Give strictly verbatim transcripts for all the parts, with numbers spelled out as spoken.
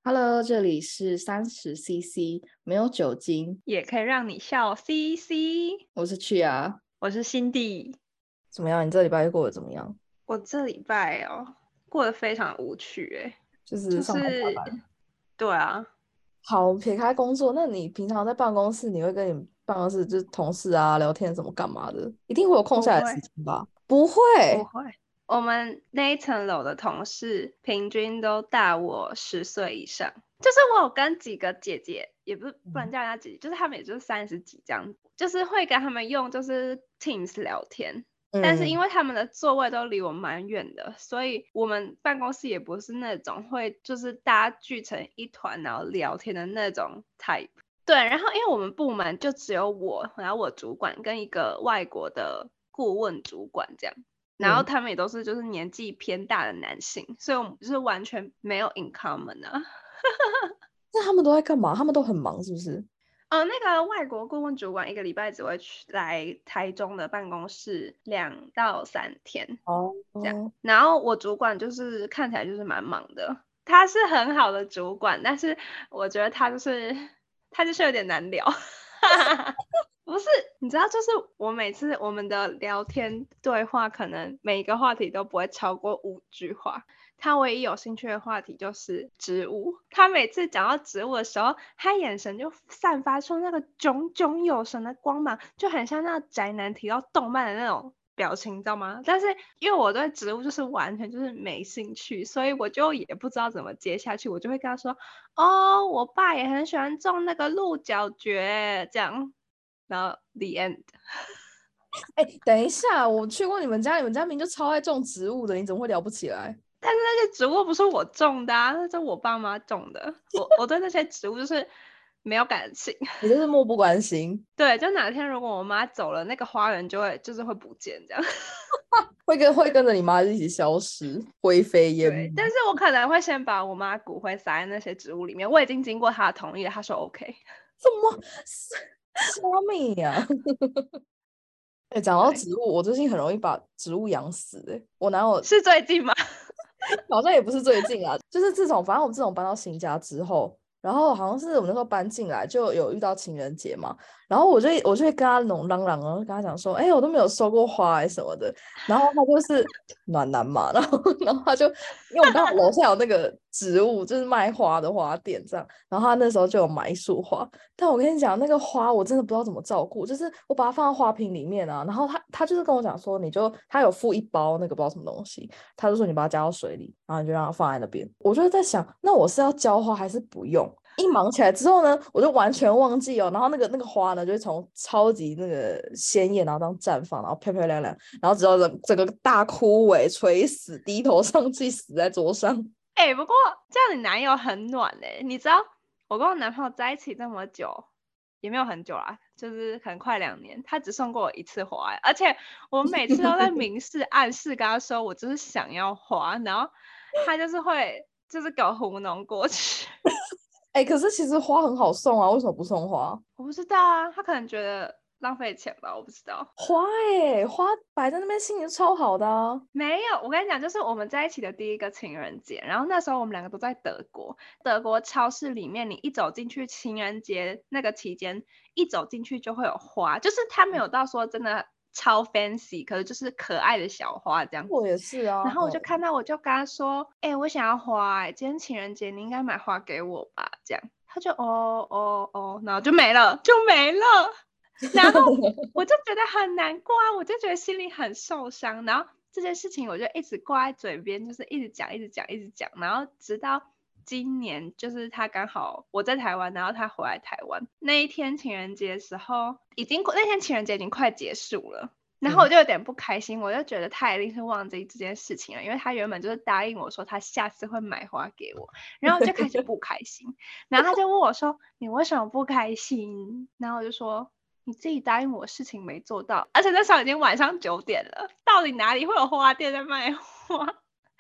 Hello，这里是三十 C C， 没有酒精， 也可以让你笑 C C。 我是去啊。 我是辛迪。 怎么样？你这礼拜过得怎么样？ 我这礼拜哦，过得非常无趣诶。 就是就上班下是班。 对啊。 好，撇开工作，那你平常在办公室，你会跟你办公室就是同事啊聊天什么干嘛的？一定会有空下来的时不会间吧？不会。 不会，我们那一层楼的同事平均都大我十岁以上。就是我有跟几个姐姐，也不是不能嗯叫人家姐姐，就是他们也就是三十几这样，就是会跟他们用就是 Teams 聊天。但是因嗯为他们的座位都离我蛮远的，所以我们办公室也不是那种会就是大家聚成一团然后聊天的那种 type。对，然后因为我们部门就只有我，然后我主管跟一个外国的顾问主管这样，然后嗯， 他们也都是就是年纪偏大的男性，所以我们就是完全没有 in common 啊。 那他们都在干嘛？他们都很忙，是不是？ 呃，那个外国顾问主管一个礼拜只会去来台中的办公室两到三天哦这样， 哦， 然后我主管就是看起来就是蛮忙的，他是很好的主管，但是我觉得他就是他就是有点难聊。不是，你知道，就是我每次我们的聊天对话，可能每一个话题都不会超过五句话。他唯一有兴趣的话题就是植物。他每次讲到植物的时候，他眼神就散发出那个炯炯有神的光芒，就很像那个宅男提到动漫的那种表情，你知道吗？但是因为我对植物就是完全就是没兴趣，所以我就也不知道怎么接下去。我就会跟他说：“哦，我爸也很喜欢种那个鹿角蕨，这样。”然后 the end。 哎，等一下，我去过你们家，你们家明明就超爱种植物的，你怎么会聊不起来？ 但是那些植物不是我种的啊，那是我爸妈种的。我我对那些植物就是没有感情。 你就是漠不关心， 对，就哪天如果我妈走了，那个花园就会就是会不见这样。 会跟会跟着你妈一起消失，灰飞烟对，但灭。 是我可能会先把我妈骨灰撒在那些植物里面，我已经经过她的同意了，她说 OK。 什么虾米呀？哎，讲到对， 植物，我最近很容易把植物养死、欸。我男友是最近吗？ 好像也不是最近啊，就是自从反正我们自从搬到新家之后，然后好像是我们那时候搬进来就有遇到情人节嘛，然后我就我就会跟他那种嚷嚷，然后跟他讲说，哎、我都没有收过花哎、什么的，然后他就是暖男嘛，然后然后他就因为我们刚好楼下有那个植物，就是卖花的花店这样，然后他那时候就有买一束花，但我跟你讲那个花我真的不知道怎么照顾，就是我把它放在花瓶里面啊，然后他他就是跟我讲说，你就他有附一包那个不知道什么东西。他就说你把它加到水里，然后你就让它放在那边。我就在想，那我是要浇花还是不用？一忙起来之后呢，我就完全忘记哦。然后那个那个花呢，就会从超级那个鲜艳，然后这样绽放，然后漂漂亮亮，然后直到整整个大枯萎、垂死、低头丧气，死在桌上。 哎、欸不过这样你男友很暖嘞、欸，你知道我跟我男朋友在一起这么久，也没有很久啦，就是可能快两年，他只送过我一次花、欸，而且我每次都在明示暗示跟他说我就是想要花，然后他就是会就是给我糊弄过去。 哎，可是其实花很好送啊，为什么不送花？ 我不知道啊，他可能觉得浪费钱吧，我不知道。 花哎、花摆在那边心情超好的啊。 没有，我跟你讲，就是我们在一起的第一个情人节，然后那时候我们两个都在德国，德国超市里面，你一走进去，情人节那个期间，一走进去就会有花，就是它没有到说真的超 fancy，可是就是可爱的小花这样子。 我也是啊， 然后我就嗯， 看到，我就跟他说，哎、欸我想要花、欸，今天情人节你应该买花给我吧？这样，他就哦哦哦，然后就没了，就没了。然后我就觉得很难过啊，我就觉得心里很受伤，然后这件事情我就一直挂在嘴边，就是一直讲，一直讲，一直讲，然后直到今年，就是他刚好我在台湾，然后他回来台湾那一天情人节的时候，已经那天情人节已经快结束了。然后我嗯， 就有点不开心，我就觉得他一定是忘记这件事情了，因为他原本就是答应我说他下次会买花给我，然后我就开始不开心，然后他就问我说你为什么不开心？然后我就说你自己答应我事情没做到，而且那时候已经晚上九点了，到底哪里会有花店在卖花？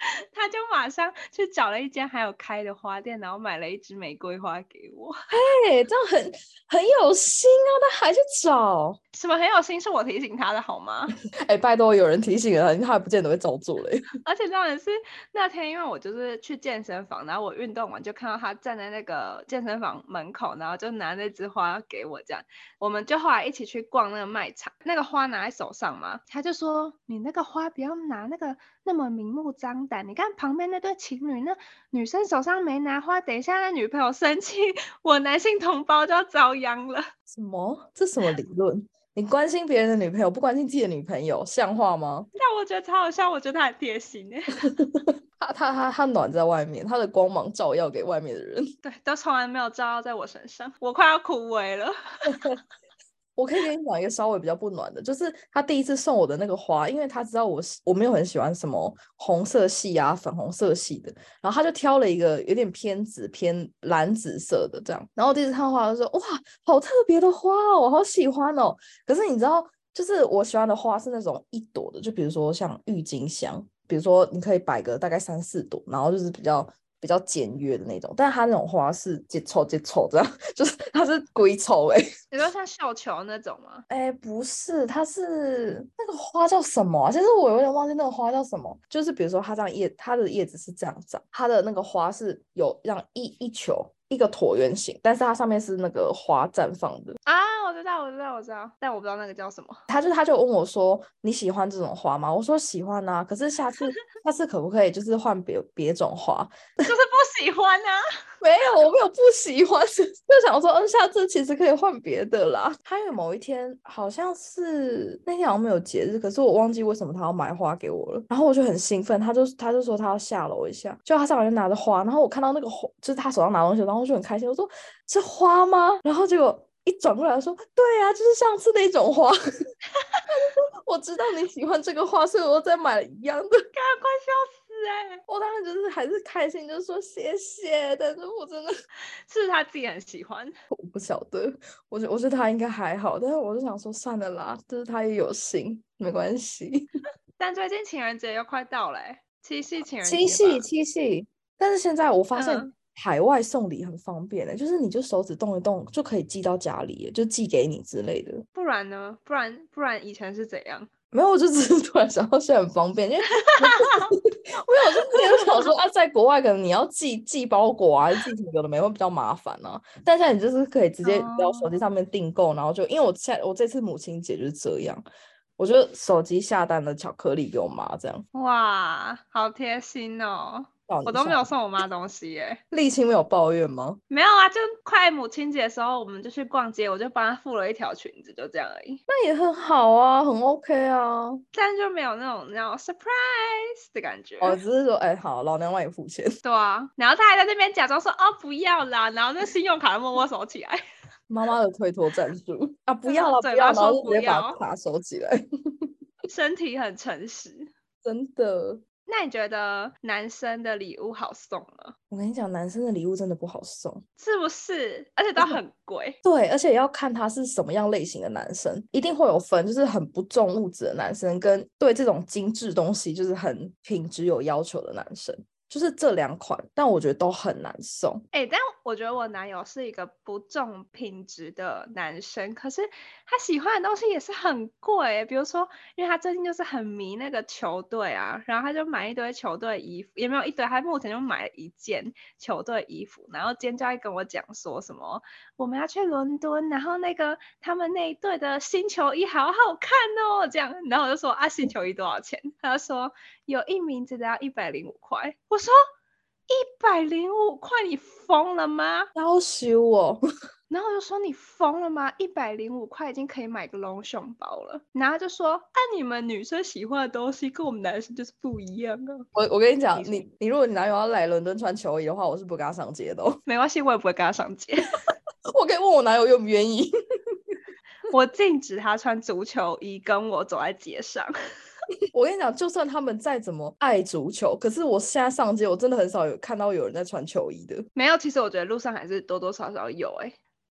他就马上去找了一间还有开的花店，然后买了一支玫瑰花给我。 哎，这样很很有心啊，他还去找。 什么很有心，是我提醒他的好吗？ 哎，拜托，有人提醒了他，他还不见得会照做嘞。 而且重点是那天，因为我就是去健身房，然后我运动完就看到他站在那个健身房门口，然后就拿那枝花给我，这样我们就后来一起去逛那个卖场。那个花拿在手上嘛，他就说你那个花不要拿那个那么明目张胆，你看旁边那对情侣，那女生手上没拿花，等一下那女朋友生气，我男性同胞就要遭殃了。 什么？这什么理论？你关心别人的女朋友，不关心自己的女朋友，像话吗？ 但我觉得超好笑，我觉得他很贴心耶。 他他他他暖在外面，他的光芒照耀给外面的人。 对，都从来没有照耀在我身上，我快要枯萎了。 我可以跟你讲一个稍微比较不暖的，就是他第一次送我的那个花，因为他知道我我没有很喜欢什么红色系啊、粉红色系的，然后他就挑了一个有点偏紫、偏蓝紫色的这样。然后第一次看到花，就说哇，好特别的花哦，我好喜欢哦。可是你知道，就是我喜欢的花是那种一朵的，就比如说像郁金香，比如说你可以摆个大概三四朵，然后就是比较。比较简约的那种，但是它那种花是节臭节臭这样，就是它是鬼臭哎、欸。 你说像绣球那种吗？ 哎，不是，它是那个花叫什么啊？其实我有点忘记那个花叫什么。就是比如说它这样叶，它的叶子是这样长，它的那个花是有让一一球一个椭圆形，但是它上面是那个花绽放的。 啊，我知道，我知道，我知道，但我不知道那个叫什么。 他就他就问我说：“你喜欢这种花吗？”我说：“喜欢啊，可是下次下次可不可以就是换别别种花？” 就是不喜欢啊。 没有，我没有不喜欢，就想说，嗯，下次其实可以换别的啦。他有某一天好像是那天好像没有节日，可是我忘记为什么他要买花给我了，然后我就很兴奋，他就他就说他要下楼一下，就他上来就拿着花，然后我看到那个花，就是他手上拿东西，然后我就很开心，我说是花吗？然后结果一转过来说，对啊，就是上次那种花。我知道你喜欢这个花，所以我再买了一样的。 快笑死哎、欸！ 我当时就是还是开心，就是说谢谢，但是我真的是他自己很喜欢。 我不晓得，我觉我觉得他应该还好，但是我就想说算了啦，就是他也有心，没关系。 但最近情人节又快到了、欸，七夕情人节七夕七夕，但是现在我发现嗯海外送礼很方便的、欸，就是你就手指动一动就可以寄到家里、欸，就寄给你之类的。 不然呢？不然不然以前是怎样？ 没有，我就只是突然想到现在很方便，因为我有就没有想说啊，在国外可能你要寄寄包裹啊，寄什么有的没会比较麻烦啊。但现在你就是可以直接在手机上面订购，然后就因为我现在我这次母亲节就是这样，我就手机下单了巧克力给我妈，这样。 哇，好贴心哦！我都没有送我妈东西耶。 沥青没有抱怨吗？ 没有啊，就快母亲节的时候，我们就去逛街，我就帮她付了一条裙子，就这样而已。 那也很好啊，很 OK 啊。 但就没有那种那种 surprise 的感觉。 哦，只是说，哎、好，老娘帮你付钱。 对啊，然后他还在那边假装说哦不要啦，然后那信用卡默默收起来。 妈妈的推脱战术啊，不要了，不要， 嘴巴说然后就直接不要把卡收起来。 身体很诚实。 真的。 那你觉得男生的礼物好送吗？ 我跟你讲，男生的礼物真的不好送， 是不是？而且都很贵。 对，而且也要看他是什么样类型的男生，一定会有分，就是很不重物质的男生，跟对这种精致东西就是很品质有要求的男生，就是这两款，但我觉得都很难送。 哎、欸，但我觉得我男友是一个不重品质的男生，可是他喜欢的东西也是很贵、欸。比如说，因为他最近就是很迷那个球队啊，然后他就买一堆球队衣服，也没有一堆，他目前就买了一件球队衣服。然后今天就在跟我讲说什么，我们要去伦敦，然后那个他们那一队的新球衣好好看哦，这样。然后我就说啊，新球衣多少钱？他就说有一名只要一百零五块。我说。一百零五块，你疯了吗？ 要羞哦！ 然后我就说你疯了吗？一百零五块已经可以买个隆胸包了。然后就说，啊，你们女生喜欢的东西跟我们男生就是不一样啊。 我我跟你讲，你你如果你男友要来伦敦穿球衣的话，我是不跟他上街的哦。 没关系，我也不会跟他上街。 我可以问我男友愿不愿意。 我禁止他穿足球衣跟我走在街上。 我跟你讲，就算他们再怎么爱足球，可是我现在上街，我真的很少有看到有人在穿球衣的。 没有，其实我觉得路上还是多多少少有哎、欸。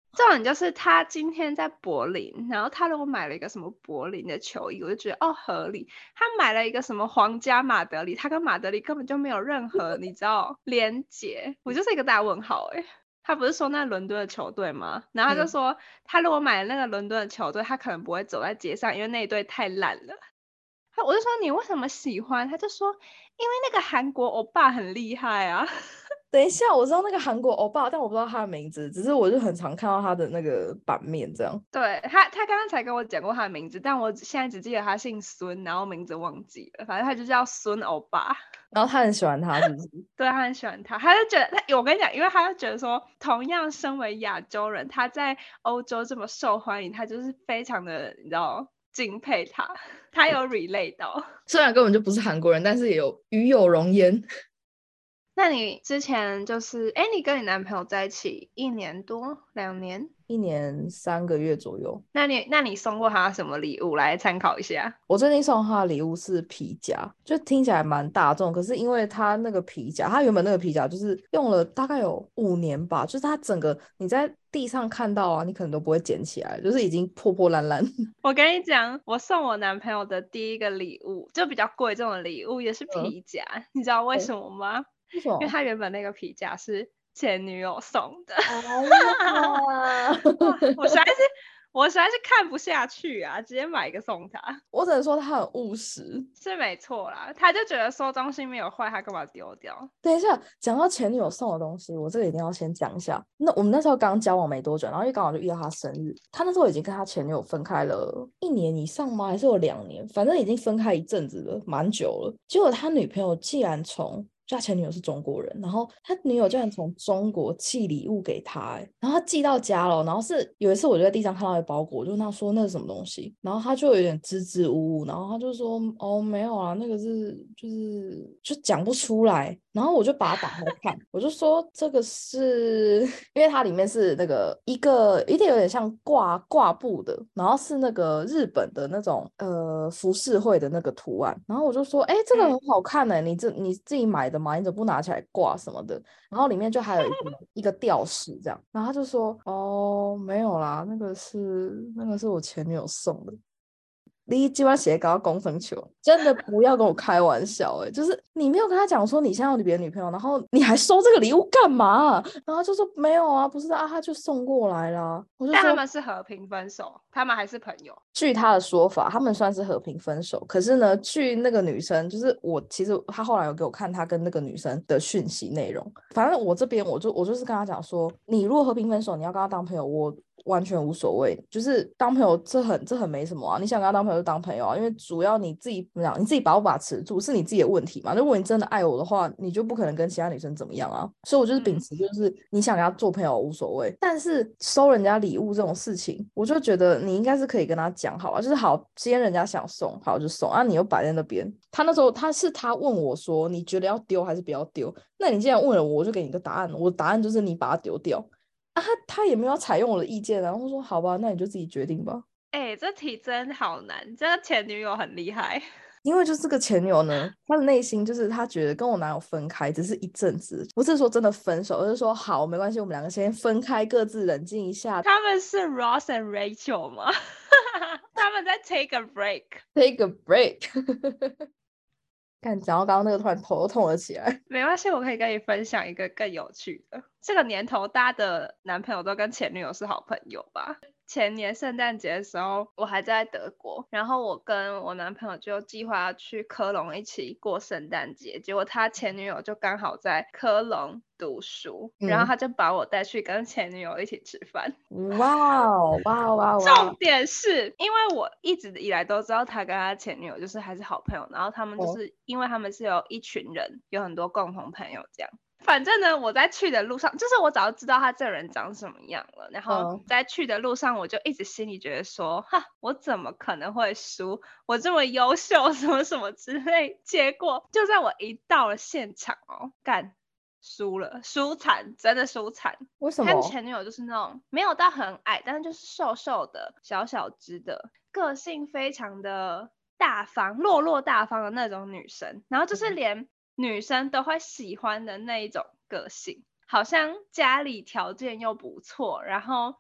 重点就是他今天在柏林，然后他如果买了一个什么柏林的球衣，我就觉得哦合理。他买了一个什么皇家马德里，他跟马德里根本就没有任何你知道连结，我就是一个大问号哎、欸。他不是说那伦敦的球队吗？然后他就说、嗯、他如果买了那个伦敦的球队，他可能不会走在街上，因为那一队太烂了。我就说你为什么喜欢？他就说因为那个韩国欧巴很厉害啊。 等一下，我知道那个韩国欧巴，但我不知道他的名字，只是我就很常看到他的那个版面这样。 对他，他刚刚才跟我讲过他的名字，但我现在只记得他姓孙，然后名字忘记了，反正他就叫孙欧巴。 然后他很喜欢他，是不是？ 对，他很喜欢他，他就觉得他，我跟你讲，因为他就觉得说，同样身为亚洲人，他在欧洲这么受欢迎，他就是非常的，你知道，敬佩他，他有 relate 到。 虽然根本就不是韩国人，但是也有与有荣焉。 那你之前就是，哎，你跟你男朋友在一起一年多，两年？ 一年三个月左右。 那你那你送过他什么礼物来参考一下？ 我最近送他的礼物是皮夹，就听起来蛮大众，可是因为他那个皮夹，他原本那个皮夹就是用了大概有五年吧，就是他整个你在地上看到啊，你可能都不会捡起来，就是已经破破烂烂。 我跟你讲，我送我男朋友的第一个礼物就比较贵重的礼物，也是皮夹，嗯、你知道为什么吗？ 为什么？ 因为他原本那个皮夹是前女友送的。 哎呀我实在是我实在是看不下去啊，直接买一个送他。 我只能说他很务实， 是没错啦，他就觉得收东西没有坏，他干嘛丢掉？ 等一下，讲到前女友送的东西，我这个一定要先讲一下。那我们那时候刚交往没多久，然后又刚好就遇到他生日，他那时候已经跟他前女友分开了一年以上吗？还是有两年？反正已经分开一阵子了，蛮久了。结果他女朋友竟然从就他前女友是中国人，然后他女友竟然从中国寄礼物给他、欸，然后他寄到家了，然后是有一次我就在地上看到一个包裹，我就跟他说那是什么东西，然后他就有点支支吾吾，然后他就说哦没有啊，那个是就是就讲不出来，然后我就把它打开看，我就说这个是因为它里面是那个一个一定有点像挂挂布的，然后是那个日本的那种呃浮世绘的那个图案，然后我就说哎这个很好看哎、欸，你这你自己买的吗？你怎么不拿起来挂什么的？然后里面就还有一个一个吊饰这样，然后他就说哦没有啦，那个是那个是我前女友送的。你基本上写搞到工程球，真的不要跟我开玩笑哎、欸！就是你没有跟他讲说你现在有别的女朋友，然后你还收这个礼物干嘛？然后就说没有啊，不是啊，他就送过来啦。我就说， 但他们是和平分手，他们还是朋友。 据他的说法，他们算是和平分手。可是呢，据那个女生，就是我，其实他后来有给我看他跟那个女生的讯息内容。反正我这边我就我就是跟他讲说，你如果和平分手，你要跟他当朋友，我完全无所谓，就是当朋友这很这很没什么啊，你想跟他当朋友就当朋友啊，因为主要你自己怎么讲，你自己把握把持住是你自己的问题嘛。如果你真的爱我的话，你就不可能跟其他女生怎么样啊。所以我就是秉持就是你想跟他做朋友无所谓，但是收人家礼物这种事情，我就觉得你应该是可以跟他讲好啊，就是好，今天人家想送，好就送啊，你又摆在那边。他那时候他是他问我说，你觉得要丢还是不要丢？那你既然问了我，我就给你个答案，我的答案就是你把它丢掉。啊、他, 他也没有采用我的意见，然后说好吧，那你就自己决定吧。 哎、欸，这题真好难，这个前女友很厉害。 因为就是这个前女友呢，她的内心就是她觉得跟我男友分开只是一阵子，不是说真的分手，而是说好没关系，我们两个先分开，各自冷静一下。 他们是 Ross and Rachel 吗？他们在 take a break。take a break 看讲到刚刚那个突然头都痛了起来。 没关系，我可以跟你分享一个更有趣的。这个年头大家的男朋友都跟前女友是好朋友吧。前年圣诞节的时候我还在德国，然后我跟我男朋友就计划要去科隆一起过圣诞节，结果他前女友就刚好在科隆读书、嗯、然后他就把我带去跟前女友一起吃饭。 哇哦哇哦哇哦！ 重点是因为我一直以来都知道他跟他前女友就是还是好朋友，然后他们就是、哦、因为他们是有一群人，有很多共同朋友这样。反正呢我在去的路上，就是我早就知道他这个人长什么样了，然后在去的路上我就一直心里觉得说哈，我怎么可能会输，我这么优秀什么什么之类。结果就在我一到了现场哦，干输了，输惨，真的输惨。 为什么？ 他前女友就是那种没有到很矮，但是就是瘦瘦的小小只的，个性非常的大方，落落大方的那种女生，然后就是连女生都会喜欢的那一种个性，好像家里条件又不错，然后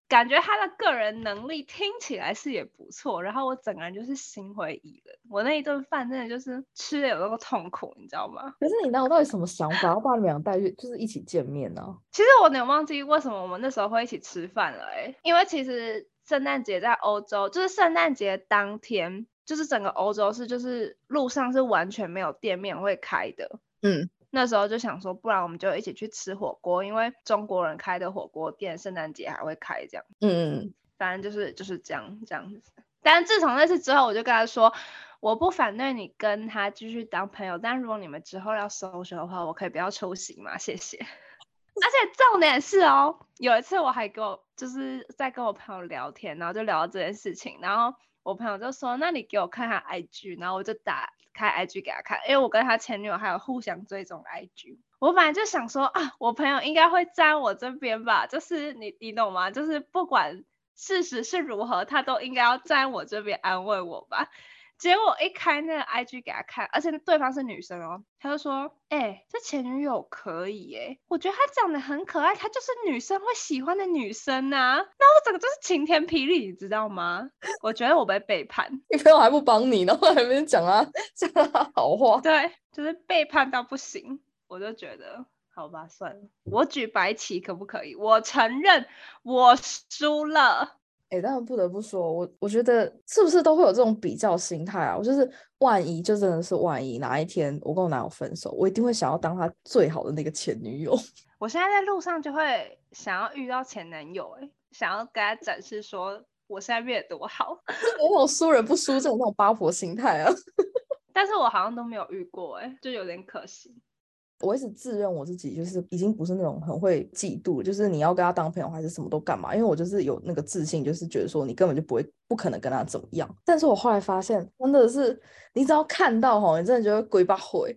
感觉他的个人能力听起来是也不错，然后我整个人就是心灰意冷。我那一顿饭真的就是吃的有那么痛苦，你知道吗？ 可是你那我到底什么想法，要把你们俩带去就是一起见面呢、啊？ 其实我有点忘记为什么我们那时候会一起吃饭了哎、欸，因为其实圣诞节在欧洲，就是圣诞节当天，就是整个欧洲是就是路上是完全没有店面会开的。 嗯， 那时候就想说，不然我们就一起去吃火锅，因为中国人开的火锅店圣诞节还会开这样。 嗯， 反正就是就是这样这样子。但自从那次之后，我就跟他说，我不反对你跟他继续当朋友，但如果你们之后要 social 的话，我可以不要出席吗？谢谢。而且重点是哦，有一次我还跟我就是在跟我朋友聊天，然后就聊到这件事情，然后我朋友就说，那你给我看他 I G， 然后我就打开 I G 给他看，因为我跟他前女友还有互相追踪 I G。我本来就想说啊，我朋友应该会站我这边吧，就是你你懂吗？就是不管事实是如何，他都应该要站我这边安慰我吧。结果一开那个 I G 给他看，而且对方是女生哦，他就说：“哎、欸，这前女友可以耶，我觉得她长得很可爱，她就是女生会喜欢的女生啊。”那我整个就是晴天霹雳，你知道吗？我觉得我被背叛， 你朋友还不帮你，然后还没讲啊讲他好话， 对，就是背叛到不行，我就觉得。好吧，算了，我举白旗可不可以？我承认我输了。 哎、欸，但不得不说，我我觉得是不是都会有这种比较心态啊？我就是万一就真的是万一哪一天我跟我男友分手，我一定会想要当他最好的那个前女友。 我现在在路上就会想要遇到前男友、欸，想要跟他展示说我现在变得多好。 就有那种输人不输阵那种八婆心态啊。 但是我好像都没有遇过、欸，就有点可惜。 我一直自认我自己就是已经不是那种很会嫉妒，就是你要跟他当朋友还是什么都干嘛，因为我就是有那个自信，就是觉得说你根本就不会不可能跟他怎么样。但是我后来发现真的是你只要看到吼，你真的觉得鬼把毁。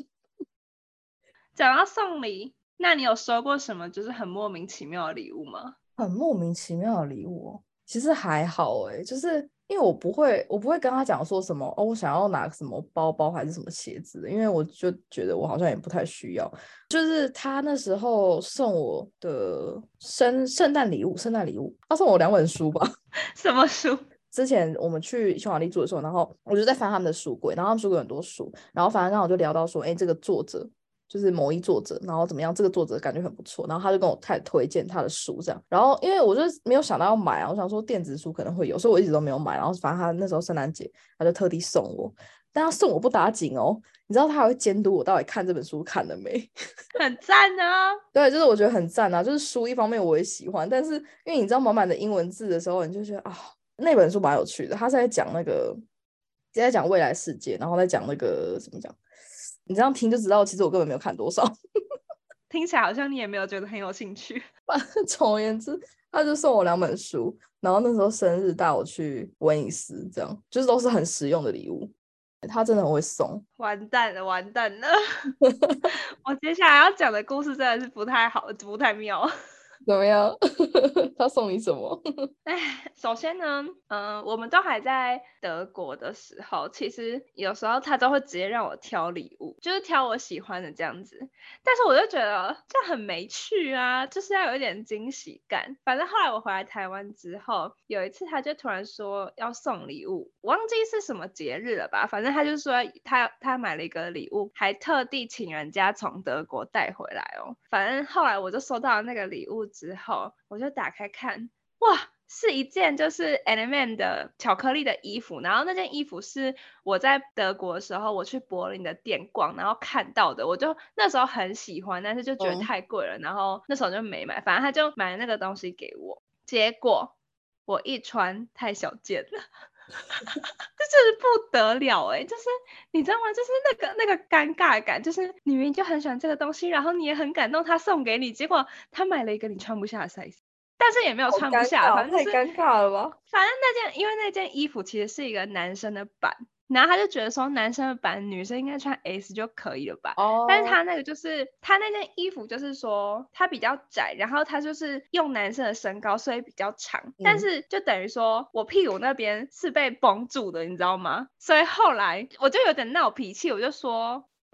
讲到送礼，那你有收过什么就是很莫名其妙的礼物吗？ 很莫名其妙的礼物、哦、其实还好哎，就是因为我不会我不会跟他讲说什么哦，我想要拿什么包包还是什么鞋子的，因为我就觉得我好像也不太需要。就是他那时候送我的圣圣诞礼物，圣诞礼物，他送我两本书吧。 什么书？ 之前我们去匈牙利住的时候，然后我就在翻他们的书柜，然后他们书柜有很多书，然后反正刚好就聊到说，哎，这个作者就是某一作者，然后怎么样，这个作者感觉很不错，然后他就跟我太推荐他的书这样，然后因为我就没有想到要买啊，我想说电子书可能会有，所以我一直都没有买，然后反正他那时候圣诞节他就特地送我，但他送我不打紧哦，你知道他还会监督我到底看这本书看了没。 很赞啊。 对，就是我觉得很赞啊，就是书一方面我也喜欢，但是因为你知道满满的英文字的时候，你就觉得啊，那本书蛮有趣的，他是在讲那个在讲未来世界，然后在讲那个怎么讲，你这样听就知道其实我根本没有看多少。 听起来好像你也没有觉得很有兴趣。 总而言之，他就送我两本书，然后那时候生日带我去威尼斯，这样就是都是很实用的礼物。他真的很会送。 完蛋了，完蛋了。我接下来要讲的故事真的是不太好，不太妙。 怎么样？他送你什么？ 哎，首先呢，嗯、呃，我们都还在德国的时候，其实有时候他都会直接让我挑礼物，就是挑我喜欢的这样子。但是我就觉得这很没趣啊，就是要有一点惊喜感。反正后来我回来台湾之后，有一次他就突然说要送礼物，我忘记是什么节日了吧，反正他就说他他买了一个礼物，还特地请人家从德国带回来哦。反正后来我就收到了那个礼物之后，我就打开看，哇，是一件就是 N M N 的巧克力的衣服，然后那件衣服是我在德国的时候我去柏林的店逛然后看到的，我就那时候很喜欢，但是就觉得太贵了、嗯、然后那时候就没买，反正他就买了那个东西给我，结果我一穿太小件了。这就是不得了哎、欸，就是你知道吗？就是那个那个尴尬感，就是你明明就很喜欢这个东西，然后你也很感动，他送给你，结果他买了一个你穿不下的 size， 但是也没有穿不下，反正、就是、 太尴尬了吧？ 反正那件，因为那件衣服其实是一个男生的版。然后他就觉得说男生的版女生应该穿 S 就可以了吧、oh. 但是他那个就是他那件衣服就是说他比较窄，然后他就是用男生的身高所以比较长、嗯、但是就等于说我屁股那边是被绷住的你知道吗？所以后来我就有点闹脾气，我就说不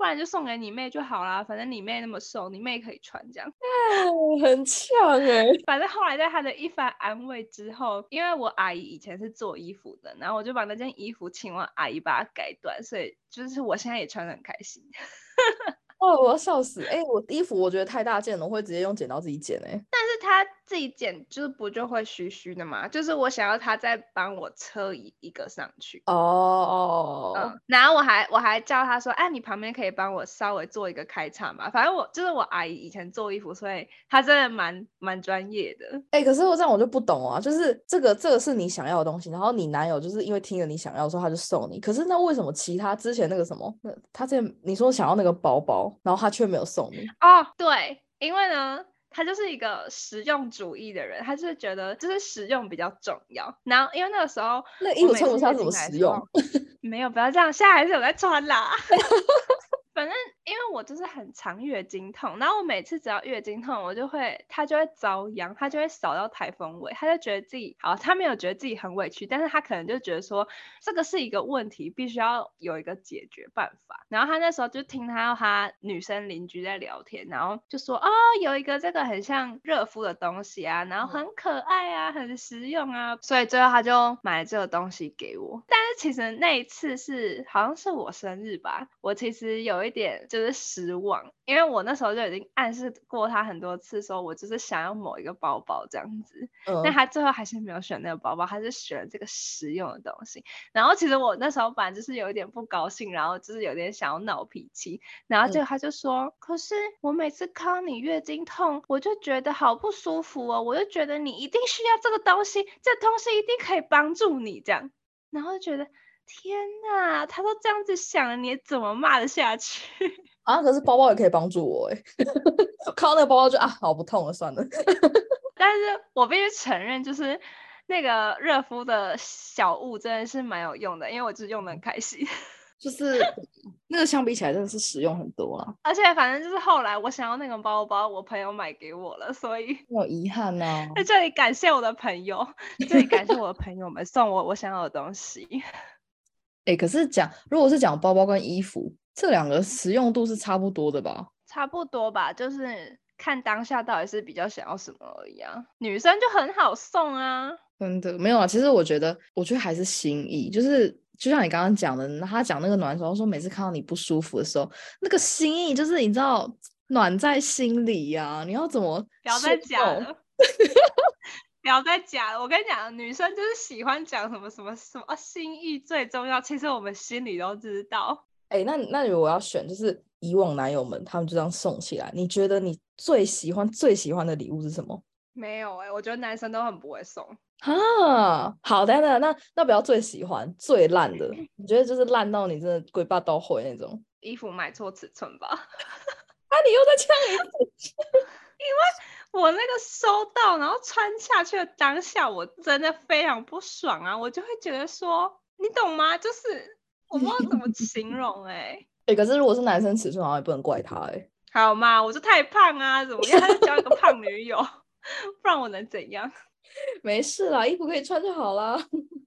不然就送给你妹就好啦，反正你妹那么瘦，你妹可以穿这样。 哎，很呛哎、 反正后来在他的一番安慰之后，因为我阿姨以前是做衣服的，然后我就把那件衣服请我阿姨把它改短，所以就是我现在也穿得很开心。 哦，我要笑死！哎、我衣服我觉得太大件了，我会直接用剪刀自己剪哎、 但是他自己剪就是不就会虚虚的嘛，就是我想要他再帮我车一一个上去。 哦哦， 嗯，然后我还我还叫他说，哎、你旁边可以帮我稍微做一个开叉嘛。反正我就是我阿姨以前做衣服，所以她真的蛮蛮专业的。 哎、可是我这样我就不懂啊，就是这个这个是你想要的东西，然后你男友就是因为听了你想要的时候他就送你，可是那为什么其他之前那个什么，那他之前你说想要那个包包，然后他却没有送你？ 哦，对，因为呢，他就是一个实用主义的人，他就是觉得就是实用比较重要。然后因为那个时候那个衣服我每次穿不下怎么月经来的实用？ 时候，没有不要这样，现在还是有在穿啦。反正因为我就是很常月经痛，然后我每次只要月经痛，我就会他就会遭殃，他就会扫到台风尾，他就觉得自己好，他没有觉得自己很委屈，但是他可能就觉得说这个是一个问题，必须要有一个解决办法。然后他那时候就听他他女生邻居在聊天，然后就说哦，有一个这个很像热敷的东西啊，然后很可爱啊，很实用啊，所以最后他就买了这个东西给我。但是其实那一次是好像是我生日吧，我其实有一点就是失望，因为我那时候就已经暗示过他很多次说我就是想要某一个包包这样子，但嗯， 他最后还是没有选那个包包，他是选了这个实用的东西。然后其实我那时候本来就是有一点不高兴，然后就是有点想要闹脾气，然后结果他就说、嗯、可是我每次看到你月经痛我就觉得好不舒服哦，我就觉得你一定需要这个东西，这东西一定可以帮助你这样。然后就觉得天哪，他都这样子想了，你也怎么骂得下去？ 啊，可是包包也可以帮助我哎、欸，看到那个包包就啊，好不痛了，算了。 但是我必须承认，就是那个热敷的小物真的是蛮有用的，因为我就是用的很开心。 就是那个相比起来真的是实用很多啦， 而且反正就是后来我想要那个包包，我朋友买给我了，所以有遗憾呐、啊。 在这里感谢我的朋友，这里感谢我的朋友们送我我想要的东西。 哎、欸，可是讲如果是讲包包跟衣服，这两个实用度是差不多的吧？ 差不多吧，就是看当下到底是比较想要什么而已啊。女生就很好送啊。 真的没有啊，其实我觉得，我觉得还是心意，就是就像你刚刚讲的，他讲那个暖手，说每次看到你不舒服的时候，那个心意就是你知道暖在心里呀、啊，你要怎么不要再假了。不要再假了，我跟你讲，女生就是喜欢讲什么什么什么、啊、心意最重要，其实我们心里都知道。 哎、欸，那那如果我要选，就是以往男友们他们就这样送起来，你觉得你最喜欢最喜欢的礼物是什么？ 没有哎、欸，我觉得男生都很不会送啊。好的，那那那不要最喜欢最烂的，你觉得就是烂到你真的鬼爸都会那种？ 衣服买错尺寸吧。 啊，你又在呛一次。 因为我那个收到然后穿下去的当下我真的非常不爽啊，我就会觉得说你懂吗，就是我不知道怎么形容哎、欸。 哎、欸，可是如果是男生尺寸好像也不能怪他哎、欸。 好嘛，我就太胖啊，怎么样，他就交一个胖女友。不然我能怎样？ 没事啦，衣服可以穿就好啦。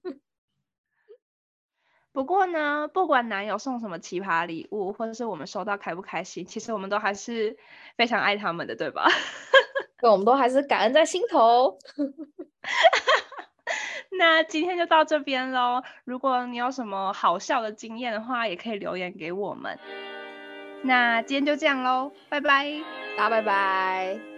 不过呢，不管男友送什么奇葩礼物，或者是我们收到开不开心，其实我们都还是非常爱他们的，对吧？ 对，我们都还是感恩在心头。 那今天就到这边咯，如果你有什么好笑的经验的话，也可以留言给我们。那今天就这样咯，拜拜， 大家拜拜。